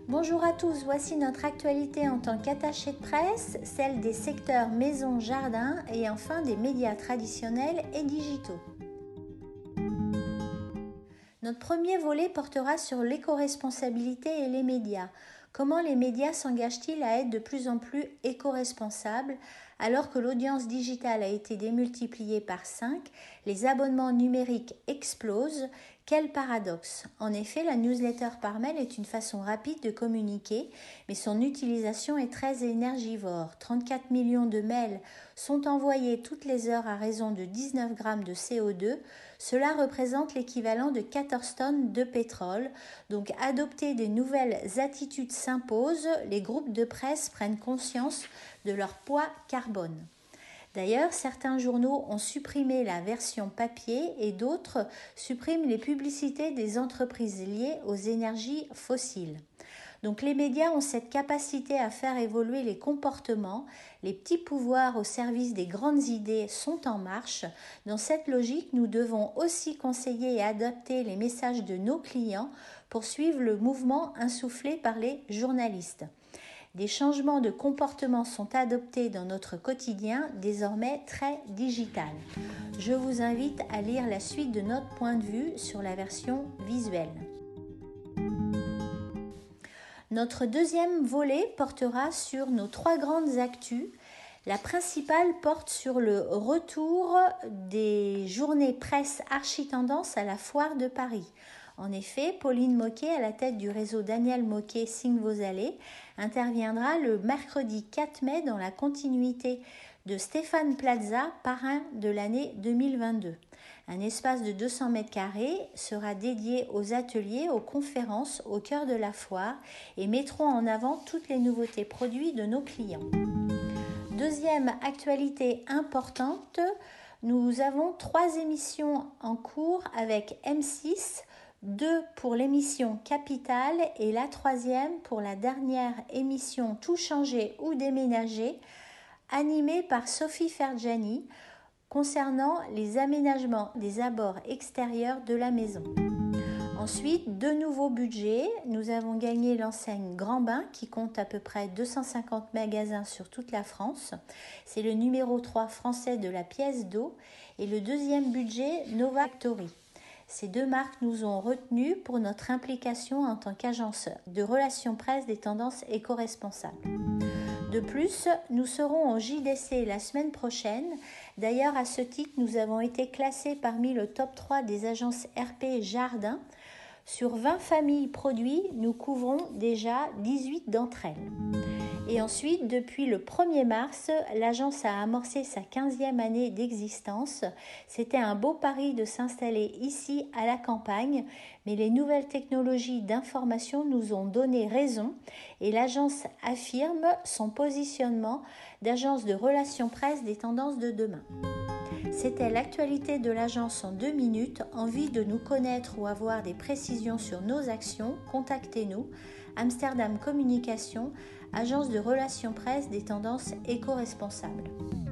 Bonjour à tous, voici notre actualité en tant qu'attaché de presse, celle des secteurs maison, jardin et enfin des médias traditionnels et digitaux. Notre premier volet portera sur l'éco-responsabilité et les médias. Comment les médias s'engagent-ils à être de plus en plus éco-responsables alors que l'audience digitale a été démultipliée par 5, les abonnements numériques explosent. Quel paradoxe! En effet, la newsletter par mail est une façon rapide de communiquer, mais son utilisation est très énergivore. 34 millions de mails sont envoyés toutes les heures à raison de 19 grammes de CO2. Cela représente l'équivalent de 14 tonnes de pétrole. Donc, adopter des nouvelles attitudes s'impose. Les groupes de presse prennent conscience de leur poids carbone. D'ailleurs, certains journaux ont supprimé la version papier et d'autres suppriment les publicités des entreprises liées aux énergies fossiles. Donc les médias ont cette capacité à faire évoluer les comportements, les petits pouvoirs au service des grandes idées sont en marche. Dans cette logique, nous devons aussi conseiller et adapter les messages de nos clients pour suivre le mouvement insufflé par les journalistes. Des changements de comportement sont adoptés dans notre quotidien, désormais très digital. Je vous invite à lire la suite de notre point de vue sur la version visuelle. Notre deuxième volet portera sur nos 3 grandes actus. La principale porte sur le retour des journées presse archi-tendance à la foire de Paris. En effet, Pauline Moquet, à la tête du réseau Daniel Moquet Signe vos allées, interviendra le mercredi 4 mai dans la continuité de Stéphane Plaza, parrain de l'année 2022. Un espace de 200 mètres carrés sera dédié aux ateliers, aux conférences au cœur de la foire et mettront en avant toutes les nouveautés produits de nos clients. Deuxième actualité importante, nous avons 3 émissions en cours avec M6, 2 pour l'émission Capital et la 3e pour la dernière émission Tout changer ou déménager, animée par Sophie Ferjani, concernant les aménagements des abords extérieurs de la maison. Ensuite, 2 nouveaux budgets. Nous avons gagné l'enseigne Grand Bain qui compte à peu près 250 magasins sur toute la France. C'est le numéro 3 français de la pièce d'eau et le deuxième budget Nova Factory. Ces 2 marques nous ont retenus pour notre implication en tant qu'agence de relations presse des tendances éco-responsables. De plus, nous serons au JDC la semaine prochaine. D'ailleurs, à ce titre, nous avons été classés parmi le top 3 des agences RP Jardin. Sur 20 familles produits, nous couvrons déjà 18 d'entre elles. Et ensuite, depuis le 1er mars, l'agence a amorcé sa 15e année d'existence. C'était un beau pari de s'installer ici à la campagne, mais les nouvelles technologies d'information nous ont donné raison et l'agence affirme son positionnement d'agence de relations presse des tendances de demain. C'était l'actualité de l'agence en 2 minutes. Envie de nous connaître ou avoir des précisions sur nos actions? Contactez-nous. Amsterdam Communication, agence de relations presse des tendances éco-responsables.